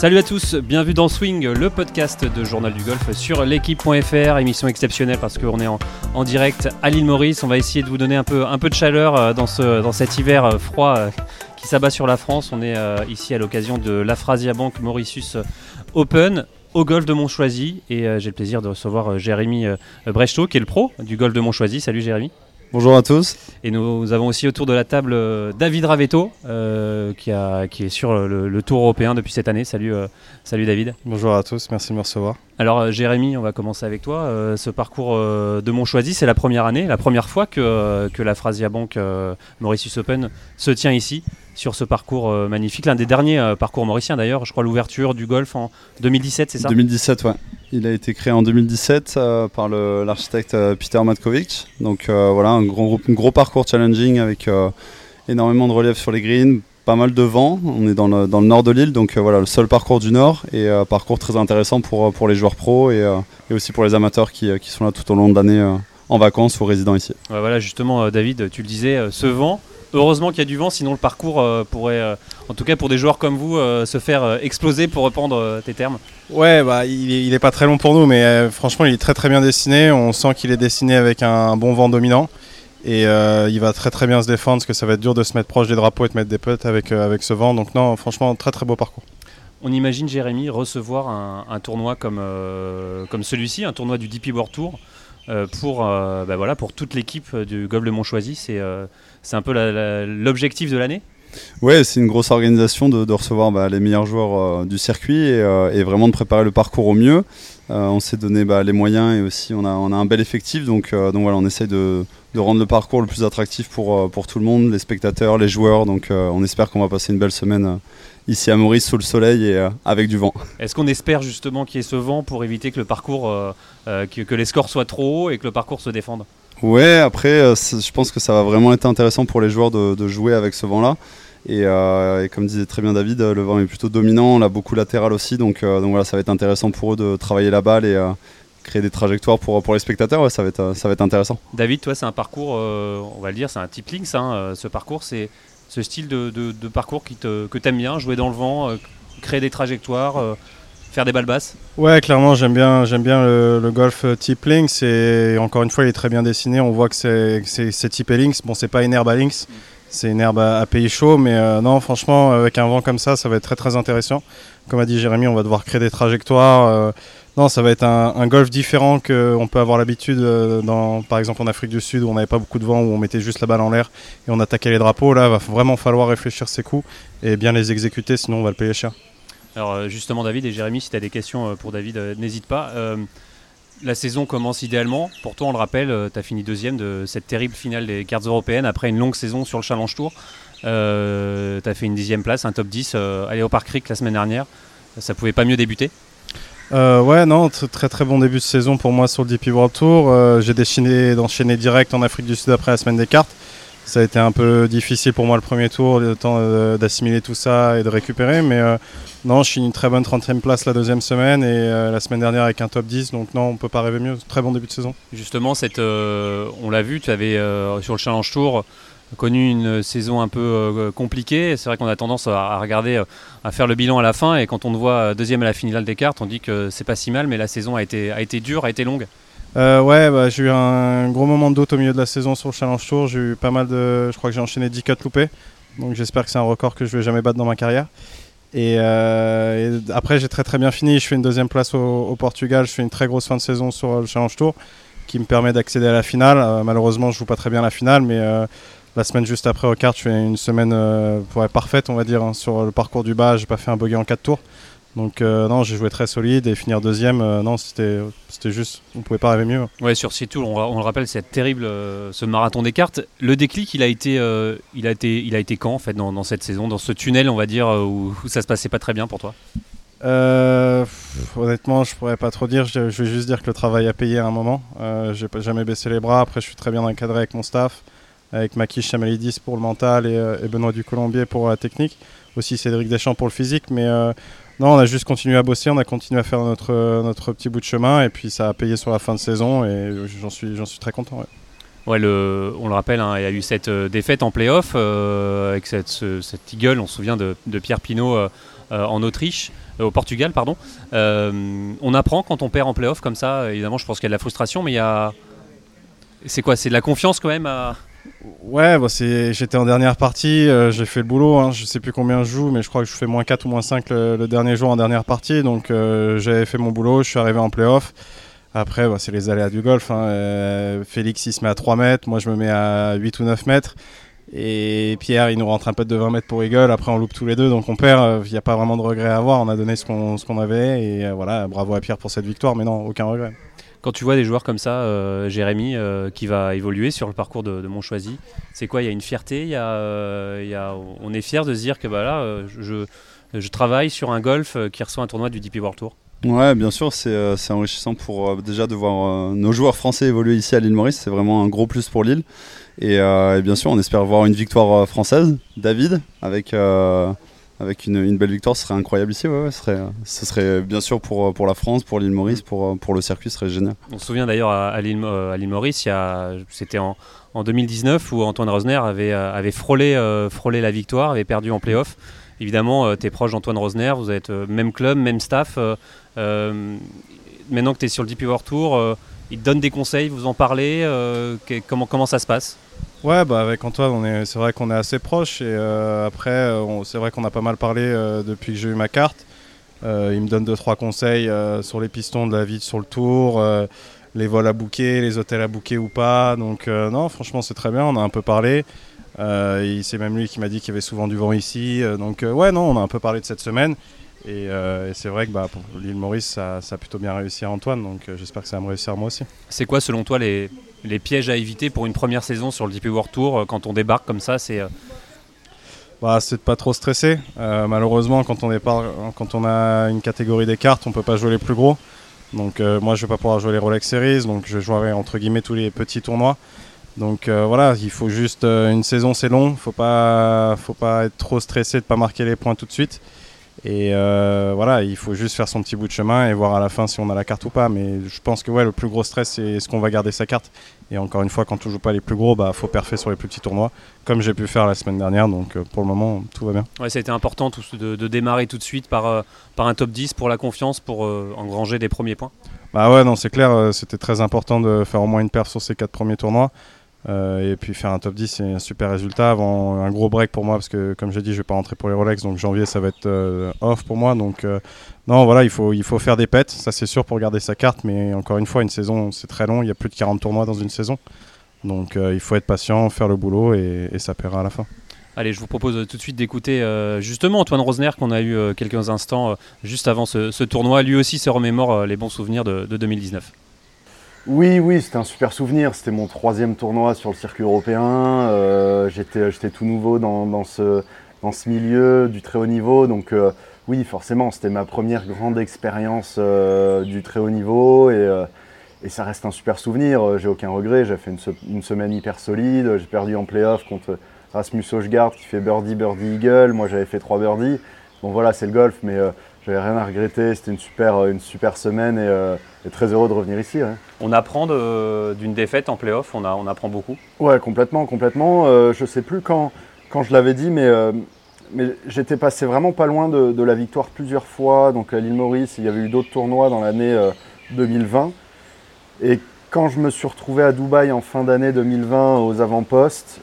Salut à tous, bienvenue dans Swing, le podcast de Journal du Golf sur l'équipe.fr, émission exceptionnelle parce qu'on est en direct à l'île Maurice. On va essayer de vous donner un peu de chaleur dans cet hiver froid qui s'abat sur la France. On est ici à l'occasion de l'Afrasia Bank Mauritius Open au golf de Montchoisy et j'ai le plaisir de recevoir Jérémy Brechtot qui est le pro du golf de Montchoisy. Salut Jérémy. Bonjour à tous. Et nous avons aussi autour de la table David Ravetto qui est sur le Tour européen depuis cette année. Salut David. Bonjour à tous, merci de me recevoir. Alors Jérémy, on va commencer avec toi. Ce parcours de Montchoisy, c'est la première année, la première fois que l'Afrasia Bank Mauritius Open se tient ici, sur ce parcours magnifique. L'un des derniers parcours mauriciens d'ailleurs, je crois l'ouverture du golf en 2017, c'est ça ? 2017, ouais. Il a été créé en 2017 par l'architecte Peter Matkovic. Donc voilà, un gros parcours challenging avec énormément de relief sur les greens, pas mal de vent. On est dans le nord de l'île, donc voilà, le seul parcours du nord et parcours très intéressant pour les joueurs pros et aussi pour les amateurs qui sont là tout au long de l'année en vacances ou résidant ici. Ouais, voilà, justement David, tu le disais, ce vent. Heureusement qu'il y a du vent, sinon le parcours pourrait, en tout cas pour des joueurs comme vous, se faire exploser, pour reprendre tes termes. Ouais, il est pas très long pour nous, mais franchement il est très très bien dessiné. On sent qu'il est dessiné avec un bon vent dominant et il va très très bien se défendre parce que ça va être dur de se mettre proche des drapeaux et de mettre des putts avec ce vent. Donc non, franchement très très beau parcours. On imagine Jérémy recevoir un tournoi comme celui-ci, un tournoi du DP World Tour. Pour toute l'équipe du golf de Montchoisy, c'est un peu l'objectif de l'année. Ouais, c'est une grosse organisation de recevoir les meilleurs joueurs du circuit et vraiment de préparer le parcours au mieux. On s'est donné les moyens et aussi on a un bel effectif, donc voilà, on essaye de rendre le parcours le plus attractif pour tout le monde, les spectateurs, les joueurs. Donc on espère qu'on va passer une belle semaine ici à Maurice sous le soleil et avec du vent. Est-ce qu'on espère justement qu'il y ait ce vent pour éviter que le parcours, que les scores soient trop hauts et que le parcours se défende ? Ouais, après je pense que ça va vraiment être intéressant pour les joueurs de jouer avec ce vent-là. Et comme disait très bien David, le vent est plutôt dominant, on a beaucoup latéral aussi, donc voilà, ça va être intéressant pour eux de travailler la balle et créer des trajectoires pour les spectateurs. Ouais, ça va être intéressant. David, toi c'est un parcours, on va le dire, c'est un tip links, ce parcours, c'est ce style de parcours que tu aimes bien, jouer dans le vent, créer des trajectoires, faire des balles basses. Ouais, clairement j'aime bien le golf type links et encore une fois il est très bien dessiné. On voit que c'est type links. Bon, c'est pas une herbe à links. C'est une herbe à pays chaud, mais non, franchement, avec un vent comme ça va être très très intéressant. Comme a dit Jérémy, on va devoir créer des trajectoires. Non, ça va être un golf différent qu'on peut avoir l'habitude par exemple en Afrique du Sud où on n'avait pas beaucoup de vent, où on mettait juste la balle en l'air et on attaquait les drapeaux. Là, il va vraiment falloir réfléchir ses coups et bien les exécuter, sinon on va le payer cher. Alors justement David et Jérémy, si tu as des questions pour David, n'hésite pas. La saison commence idéalement. Pour toi, on le rappelle, tu as fini deuxième de cette terrible finale des cartes européennes après une longue saison sur le Challenge Tour. Tu as fait une 10e place, un top 10 à Léopard Creek la semaine dernière. Ça pouvait pas mieux débuter ? Ouais, non, très très bon début de saison pour moi sur le DP World Tour. J'ai décidé d'enchaîner direct en Afrique du Sud après la semaine des cartes. Ça a été un peu difficile pour moi le premier tour, le temps d'assimiler tout ça et de récupérer, mais non, je suis une très bonne 30e place la deuxième semaine et la semaine dernière avec un top 10, donc non, on ne peut pas rêver mieux. Très bon début de saison. Justement, on l'a vu, tu avais sur le Challenge Tour connu une saison un peu compliquée. C'est vrai qu'on a tendance à regarder, à faire le bilan à la fin, et quand on te voit deuxième à la finale des cartes, on dit que c'est pas si mal, mais la saison a été dure, a été longue. J'ai eu un gros moment de doute au milieu de la saison sur le Challenge Tour. J'ai eu pas mal je crois que j'ai enchaîné 10 cuts loupés, donc j'espère que c'est un record que je vais jamais battre dans ma carrière. Et après j'ai très très bien fini, je fais une deuxième place au Portugal, je fais une très grosse fin de saison sur le Challenge Tour qui me permet d'accéder à la finale. Malheureusement je joue pas très bien la finale, mais la semaine juste après aux cartes je fais une semaine parfaite on va dire, sur le parcours du bas. J'ai pas fait un bogey en 4 tours. Donc non, j'ai joué très solide et finir deuxième, non, c'était juste, on pouvait pas rêver mieux. Ouais, sur ces tours, on le rappelle, c'est terrible ce marathon des cartes. Le déclic, il a été quand en fait dans cette saison, dans ce tunnel, on va dire, où ça se passait pas très bien pour toi ? Honnêtement, je pourrais pas trop dire. Je vais juste dire que le travail a payé à un moment. J'ai jamais baissé les bras. Après, je suis très bien encadré avec mon staff, avec Maki Chamalidis pour le mental et Benoît Ducolombier pour la technique. Aussi Cédric Deschamps pour le physique, mais non, on a juste continué à bosser, on a continué à faire notre petit bout de chemin et puis ça a payé sur la fin de saison et j'en suis très content. Ouais. Ouais, on le rappelle, il y a eu cette défaite en play-off avec cette eagle, on se souvient de Pierre Pinault en Autriche, au Portugal, pardon. On apprend quand on perd en play-off comme ça. Évidemment, je pense qu'il y a de la frustration, mais c'est quoi? C'est de la confiance quand même Ouais, j'étais en dernière partie, j'ai fait le boulot, hein, je sais plus combien je joue, mais je crois que je fais -4 ou -5 le dernier jour en dernière partie, donc j'avais fait mon boulot, je suis arrivé en play-off. Après, c'est les aléas du golf, hein. Félix il se met à 3 mètres, moi je me mets à 8 ou 9 mètres, et Pierre il nous rentre un putt de 20 mètres pour eagle, après on loupe tous les deux, donc on perd, il n'y a pas vraiment de regret à avoir, on a donné ce qu'on avait, et voilà, bravo à Pierre pour cette victoire, mais non, aucun regret. Quand tu vois des joueurs comme ça, Jérémy, qui va évoluer sur le parcours de Montchoisy, c'est quoi? Il y a une fierté, on est fier de se dire que je travaille sur un golf qui reçoit un tournoi du DP World Tour. Ouais, bien sûr, c'est enrichissant pour déjà de voir nos joueurs français évoluer ici à l'île Maurice, c'est vraiment un gros plus pour l'île. Et bien sûr, on espère voir une victoire française. David, avec une belle victoire, ce serait incroyable ici. Ouais, ce serait bien sûr pour la France, pour l'île Maurice, pour le circuit, ce serait génial. On se souvient d'ailleurs à l'île Maurice, c'était en 2019 où Antoine Rosner avait frôlé la victoire, avait perdu en play-off. Évidemment, tu es proche d'Antoine Rosner, vous êtes même club, même staff. Maintenant que tu es sur le DP World Tour, il te donne des conseils, vous en parlez, comment ça se passe? Ouais, avec Antoine, c'est vrai qu'on est assez proches, et après, c'est vrai qu'on a pas mal parlé depuis que j'ai eu ma carte. Il me donne 2-3 conseils sur les pistons de la vie sur le tour, les vols à booker, les hôtels à booker ou pas. Donc non, franchement, c'est très bien, on a un peu parlé. C'est même lui qui m'a dit qu'il y avait souvent du vent ici. Ouais, non, on a un peu parlé de cette semaine. Et c'est vrai que pour l'île Maurice, ça a plutôt bien réussi à Antoine, donc j'espère que ça va me réussir moi aussi. C'est quoi selon toi les pièges à éviter pour une première saison sur le DP World Tour quand on débarque comme ça? C'est de pas trop stresser. Malheureusement, quand on a une catégorie des cartes, on peut pas jouer les plus gros. Donc moi, je vais pas pouvoir jouer les Rolex Series, donc je jouerai entre guillemets tous les petits tournois. Donc voilà, il faut juste une saison, c'est long. Faut pas être trop stressé de pas marquer les points tout de suite. Et voilà, il faut juste faire son petit bout de chemin et voir à la fin si on a la carte ou pas. Mais je pense que le plus gros stress, c'est est-ce qu'on va garder sa carte. Et encore une fois, quand on joue pas les plus gros, faut perfer sur les plus petits tournois, comme j'ai pu faire la semaine dernière. Donc pour le moment, tout va bien. Ouais, ça a été important de démarrer tout de suite par un top 10 pour la confiance, pour engranger des premiers points. Ouais, non, c'est clair, c'était très important de faire au moins une perf sur ces 4 premiers tournois. Et puis faire un top 10, c'est un super résultat avant un gros break pour moi, parce que comme j'ai dit, je vais pas rentrer pour les Rolex, donc janvier ça va être off pour moi. Donc non, voilà, il faut faire des pets, ça c'est sûr, pour garder sa carte. Mais encore une fois, une saison c'est très long, il y a plus de 40 tournois dans une saison, donc il faut être patient, faire le boulot, et ça paiera à la fin. Allez, je vous propose tout de suite d'écouter justement Antoine Rosner, qu'on a eu quelques instants juste avant ce tournoi. Lui aussi se remémore les bons souvenirs de 2019. Oui, c'était un super souvenir. C'était mon 3e tournoi sur le circuit européen. J'étais tout nouveau dans ce milieu du très haut niveau. Donc oui, forcément, c'était ma première grande expérience du très haut niveau. Et ça reste un super souvenir. J'ai aucun regret. J'ai fait une semaine hyper solide. J'ai perdu en play-off contre Rasmus Højgaard qui fait birdie, eagle. Moi, j'avais fait 3 birdies. Bon voilà, c'est le golf, mais j'avais rien à regretter. C'était une super semaine et très heureux de revenir ici. Ouais. On apprend d'une défaite en play-off, on apprend beaucoup. Ouais, complètement. Je sais plus quand je l'avais dit, mais j'étais passé vraiment pas loin de la victoire plusieurs fois. Donc à l'île Maurice, il y avait eu d'autres tournois dans l'année 2020. Et quand je me suis retrouvé à Dubaï en fin d'année 2020 aux avant-postes,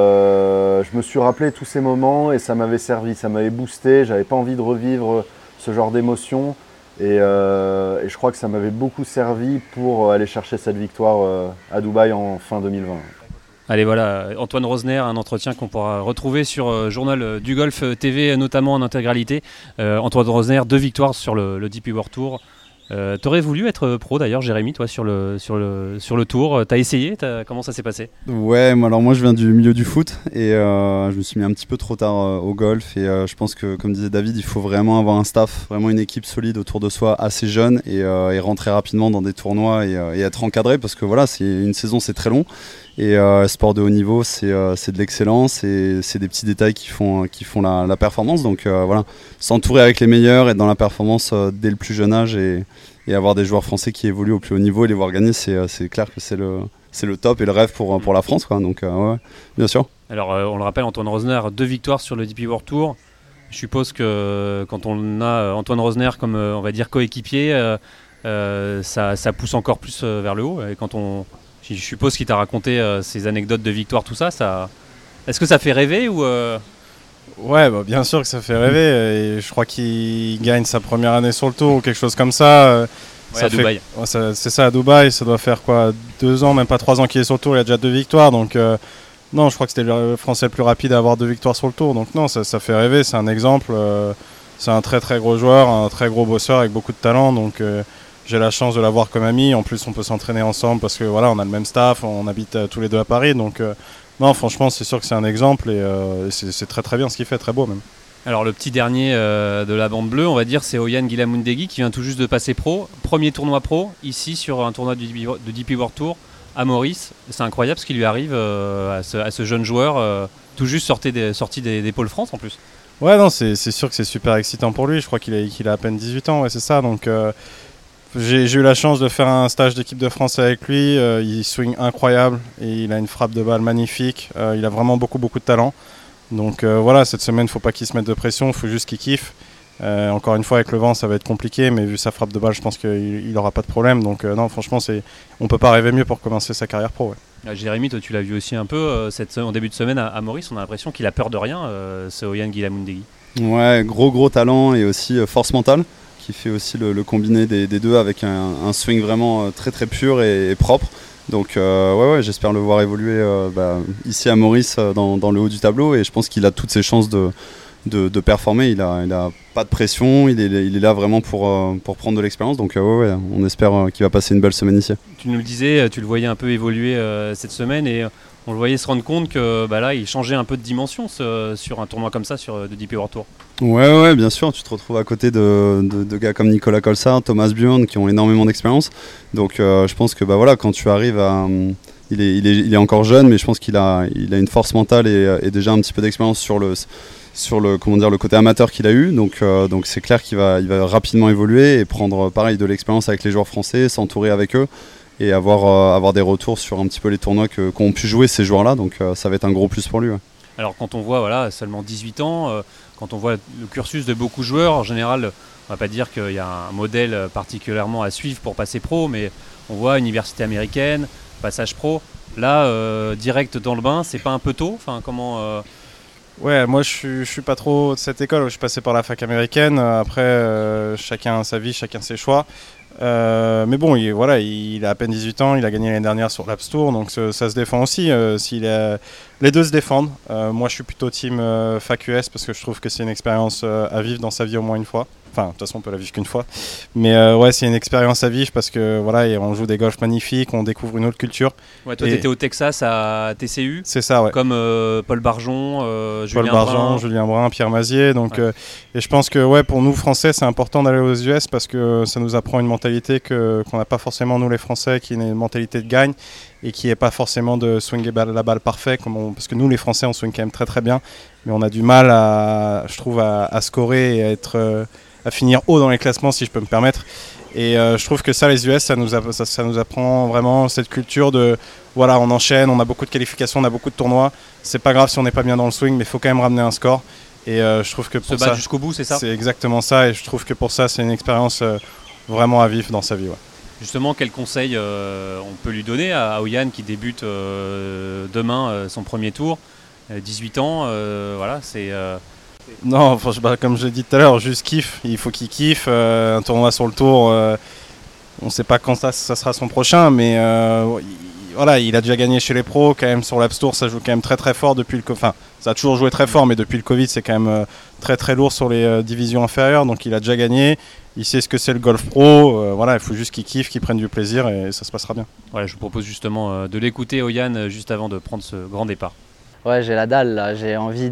je me suis rappelé tous ces moments et ça m'avait servi, ça m'avait boosté. J'avais pas envie de revivre ce genre d'émotion. Et je crois que ça m'avait beaucoup servi pour aller chercher cette victoire à Dubaï en fin 2020. Allez, voilà, Antoine Rosner, un entretien qu'on pourra retrouver sur Journal du Golf TV, notamment en intégralité. Antoine Rosner, 2 victoires sur le DP World Tour. T'aurais voulu être pro d'ailleurs, Jérémy, toi, sur le tour. T'as essayé, comment ça s'est passé? Ouais, moi je viens du milieu du foot et je me suis mis un petit peu trop tard au golf, et je pense que, comme disait David, il faut vraiment avoir un staff, vraiment une équipe solide autour de soi, assez jeune, et rentrer rapidement dans des tournois et être encadré, parce que voilà, une saison c'est très long. Et sport de haut niveau, c'est de l'excellence, et c'est des petits détails qui font la performance. Donc voilà, s'entourer avec les meilleurs, être dans la performance dès le plus jeune âge, et avoir des joueurs français qui évoluent au plus haut niveau et les voir gagner, c'est clair que c'est le top et le rêve pour la France, quoi. Donc ouais, bien sûr. Alors on le rappelle, Antoine Rosner, 2 victoires sur le DP World Tour. Je suppose que quand on a Antoine Rosner comme on va dire coéquipier, ça pousse encore plus vers le haut. Et je suppose qu'il t'a raconté ces anecdotes de victoire, tout ça. Est-ce que ça fait rêver ou Ouais, bien sûr que ça fait rêver. Et je crois qu'il gagne sa première année sur le tour ou quelque chose comme ça. à Dubaï. C'est ça, à Dubaï. Ça doit faire quoi, 2 ans, même pas 3 ans qu'il est sur le tour. Il a déjà 2 victoires. Donc non, je crois que c'était le Français le plus rapide à avoir 2 victoires sur le tour. Donc non, ça fait rêver. C'est un exemple. C'est un très très gros joueur, un très gros bosseur avec beaucoup de talent. Donc j'ai la chance de l'avoir comme ami. En plus, on peut s'entraîner ensemble parce que voilà, on a le même staff. On habite tous les deux à Paris. Donc non, franchement, c'est sûr que c'est un exemple et c'est très très bien ce qu'il fait, très beau même. Alors le petit dernier de la bande bleue, on va dire, c'est Oyan Guilamundegui qui vient tout juste de passer pro. Premier tournoi pro, ici sur un tournoi de DP World Tour à Maurice. C'est incroyable ce qui lui arrive à ce jeune joueur, tout juste sorti des pôles France en plus. Ouais, non, c'est sûr que c'est super excitant pour lui. Je crois qu'il a à peine 18 ans, ouais, c'est ça. Donc j'ai eu la chance de faire un stage d'équipe de France avec lui. Il swing incroyable et il a une frappe de balle magnifique. Il a vraiment beaucoup de talent. Donc voilà, cette semaine, il ne faut pas qu'il se mette de pression, il faut juste qu'il kiffe. Encore une fois, avec le vent, ça va être compliqué, mais vu sa frappe de balle, je pense qu'il n'aura pas de problème. Donc non, franchement, on ne peut pas rêver mieux pour commencer sa carrière pro. Ouais. Jérémy, toi tu l'as vu aussi un peu en début de semaine à Maurice, on a l'impression qu'il a peur de rien, ce Oyan Guilamundegui. Ouais, gros talent et aussi force mentale, qui fait aussi le combiné des deux avec un swing vraiment très très pur et propre. Donc ouais, j'espère le voir évoluer ici à Maurice dans le haut du tableau, et je pense qu'il a toutes ses chances de performer. Il a pas de pression, il est là vraiment pour prendre de l'expérience. Donc on espère qu'il va passer une belle semaine ici. Tu nous le disais, tu le voyais un peu évoluer cette semaine et on le voyait se rendre compte que là il changeait un peu de dimension sur un tournoi comme ça de DP World Tour. Ouais, bien sûr, tu te retrouves à côté de gars comme Nicolas Colsart, Thomas Bjorn qui ont énormément d'expérience. Donc je pense que quand tu arrives à... Il est encore jeune, mais je pense qu'il a une force mentale et déjà un petit peu d'expérience sur le côté amateur qu'il a eu. Donc c'est clair qu'il va rapidement évoluer et prendre pareil de l'expérience avec les joueurs français, s'entourer avec eux et avoir des retours sur un petit peu les tournois qu'ont pu jouer ces joueurs-là. Donc ça va être un gros plus pour lui. Ouais. Alors quand on voit seulement 18 ans, quand on voit le cursus de beaucoup de joueurs, en général, on va pas dire qu'il y a un modèle particulièrement à suivre pour passer pro, mais on voit université américaine, passage pro. Là, direct dans le bain, c'est pas un peu tôt ? Enfin, comment Ouais, moi je suis pas trop de cette école. Je suis passé par la fac américaine. Après, chacun a sa vie, chacun ses choix. Mais bon, il a à peine 18 ans, il a gagné l'année dernière sur l'Apps Tour, donc ça se défend aussi. Les deux se défendent. Moi, je suis plutôt team fac US parce que je trouve que c'est une expérience à vivre dans sa vie au moins une fois. Enfin, de toute façon, on peut la vivre qu'une fois. Mais c'est une expérience à vivre parce que on joue des golfs magnifiques, on découvre une autre culture. Ouais, toi, tu étais au Texas à TCU. C'est ça, ouais. Comme Paul Barjon, Julien Brun, Pierre Mazier. Donc, et je pense que pour nous Français, c'est important d'aller aux US parce que ça nous apprend une mentalité qu'on n'a pas forcément nous les Français, qui est une mentalité de gagne et qui n'est pas forcément de swinger la balle parfait, parce que nous les Français, on swing quand même très très bien, mais on a du mal je trouve, à scorer et à finir haut dans les classements, si je peux me permettre. Et je trouve que ça, les US, ça nous apprend vraiment cette culture de on enchaîne, on a beaucoup de qualifications, on a beaucoup de tournois. C'est pas grave si on n'est pas bien dans le swing, mais il faut quand même ramener un score. Et je trouve que pour se battre jusqu'au bout, c'est ça ? C'est exactement ça. Et je trouve que pour ça, c'est une expérience vraiment à vivre dans sa vie. Ouais. Justement, quel conseil on peut lui donner à Oyan qui débute demain son premier tour, 18 ans, c'est... Non, comme je l'ai dit tout à l'heure, juste kiffe. Il faut qu'il kiffe. Un tournoi sur le tour, on ne sait pas quand ça sera son prochain, mais il a déjà gagné chez les pros. Quand même, sur l'Apps Tour, ça joue quand même très très fort depuis le Covid. Enfin, ça a toujours joué très fort, mais depuis le Covid, c'est quand même très très lourd sur les divisions inférieures. Donc il a déjà gagné. Il sait ce que c'est le golf pro. Il faut juste qu'il kiffe, qu'il prenne du plaisir et ça se passera bien. Voilà, je vous propose justement de l'écouter, Oyan, juste avant de prendre ce grand départ. Ouais, j'ai la dalle là, j'ai envie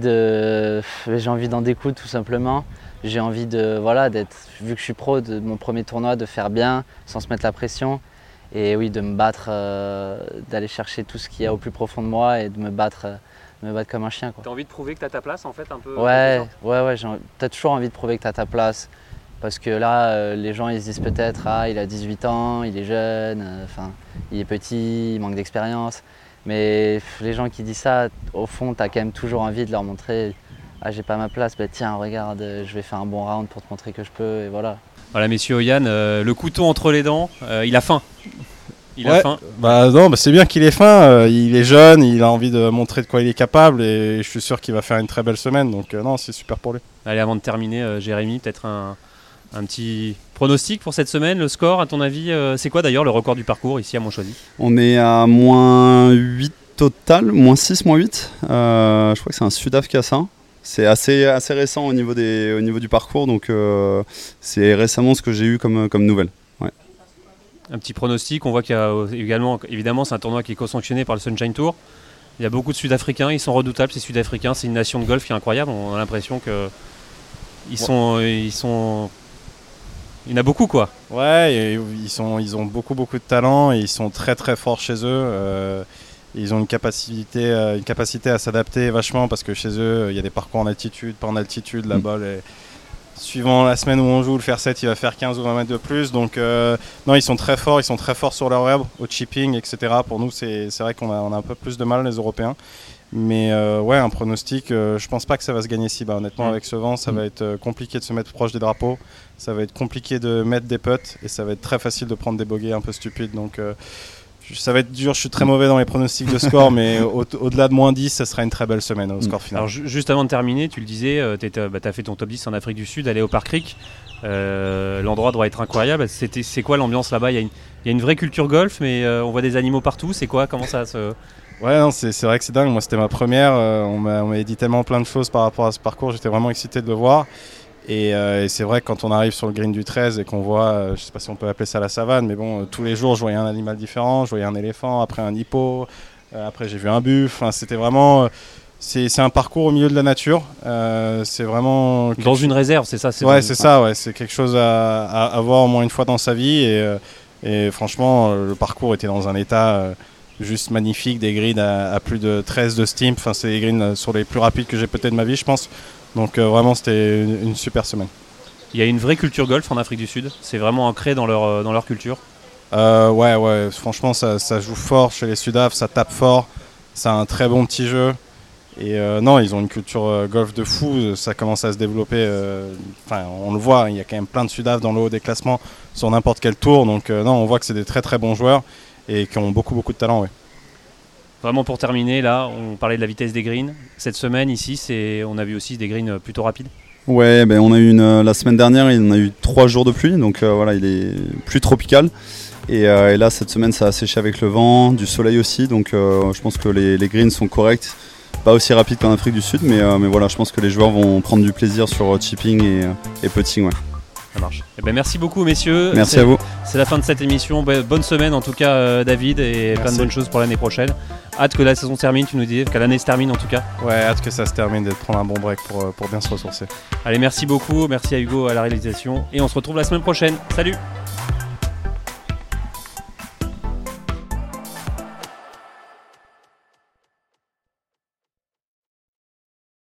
d'en découdre tout simplement. J'ai envie d'être, vu que je suis pro, de mon premier tournoi, de faire bien, sans se mettre la pression. Et oui, de me battre, d'aller chercher tout ce qu'il y a au plus profond de moi et de me battre comme un chien. T'as envie de prouver que t'as ta place en fait un peu ? Ouais, t'as toujours envie de prouver que t'as ta place. Parce que là, les gens ils se disent peut-être, il a 18 ans, il est jeune, il est petit, il manque d'expérience. Mais les gens qui disent ça, au fond, tu as quand même toujours envie de leur montrer j'ai pas ma place, tiens regarde, je vais faire un bon round pour te montrer que je peux et voilà. Voilà messieurs, Yann, le couteau entre les dents, il a faim. Il a faim. Non, c'est bien qu'il ait faim, il est jeune, il a envie de montrer de quoi il est capable et je suis sûr qu'il va faire une très belle semaine, donc non, c'est super pour lui. Allez, avant de terminer, Jérémy, peut-être un petit pronostic pour cette semaine, le score à ton avis, c'est quoi d'ailleurs le record du parcours ici à Montchoisy? On est à moins 8 total, moins 6, moins 8. Je crois que c'est un Sudaf qui a ça. C'est assez récent au niveau du parcours, donc c'est récemment ce que j'ai eu comme nouvelle. Ouais. Un petit pronostic, on voit qu'il y a également, évidemment c'est un tournoi qui est co-sanctionné par le Sunshine Tour. Il y a beaucoup de Sud-Africains, ils sont redoutables ces Sud-Africains, c'est une nation de golf qui est incroyable, on a l'impression que il y en a beaucoup quoi. Ouais, et ils ont beaucoup de talent et ils sont très très forts chez eux. Ils ont une capacité à s'adapter vachement parce que chez eux il y a des parcours en altitude, pas en altitude, la balle est... Suivant la semaine où on joue, le faire 7 il va faire 15 ou 20 mètres de plus, donc non, ils sont très forts sur leur herbe, au chipping, etc. Pour nous c'est vrai qu'on a un peu plus de mal les Européens, mais ouais, un pronostic, je pense pas que ça va se gagner si bas, honnêtement. Avec ce vent ça va être compliqué de se mettre proche des drapeaux, ça va être compliqué de mettre des putts et ça va être très facile de prendre des bogeys un peu stupides, donc ça va être dur, je suis très mauvais dans les pronostics de score, mais au-delà de moins 10, ça sera une très belle semaine au score final. Alors juste avant de terminer, tu le disais, tu as fait ton top 10 en Afrique du Sud, aller au Park Creek, l'endroit doit être incroyable. C'est quoi l'ambiance là-bas? Il y a une vraie culture golf, mais on voit des animaux partout, c'est quoi? Comment ça se... Ouais, non, c'est vrai que c'est dingue, moi c'était ma première, on m'avait dit tellement plein de choses par rapport à ce parcours, j'étais vraiment excité de le voir. Et c'est vrai que quand on arrive sur le green du 13 et qu'on voit, je sais pas si on peut appeler ça la savane, mais bon, tous les jours je voyais un animal différent, je voyais un éléphant, après un hippo, après j'ai vu un buffle, enfin, c'était vraiment... c'est un parcours au milieu de la nature, c'est vraiment... Dans une réserve, c'est ça? Ouais, c'est ça, ouais, c'est quelque chose à voir au moins une fois dans sa vie, et franchement, le parcours était dans un état... juste magnifique, des greens à plus de 13 de steam, enfin, c'est des greens sur les plus rapides que j'ai peut-être de ma vie, je pense. Donc vraiment c'était une super semaine. Il y a une vraie culture golf en Afrique du Sud, c'est vraiment ancré dans leur culture. Ouais, franchement ça joue fort chez les Sudaf, ça tape fort, ça a un très bon petit jeu. Et non, ils ont une culture golf de fou, ça commence à se développer, on le voit, il y a quand même plein de Sudaf dans le haut des classements sur n'importe quel tour, donc non, on voit que c'est des très très bons joueurs et qui ont beaucoup de talent. Ouais. Vraiment pour terminer, là, on parlait de la vitesse des greens. Cette semaine ici, on a vu aussi des greens plutôt rapides. Ouais, on a eu la semaine dernière, on a eu 3 jours de pluie, donc voilà, il est plus tropical. Et là, cette semaine, ça a séché avec le vent, du soleil aussi, donc je pense que les greens sont corrects. Pas aussi rapides qu'en Afrique du Sud, mais voilà, je pense que les joueurs vont prendre du plaisir sur chipping et putting. Ouais. Ça marche. Merci beaucoup messieurs. Merci à vous. C'est la fin de cette émission. Bonne semaine en tout cas David et plein de bonnes choses pour l'année prochaine. Hâte que la saison se termine, tu nous disais, que l'année se termine en tout cas. Ouais, hâte que ça se termine, de prendre un bon break pour bien se ressourcer. Allez, merci beaucoup, merci à Hugo à la réalisation et on se retrouve la semaine prochaine. Salut!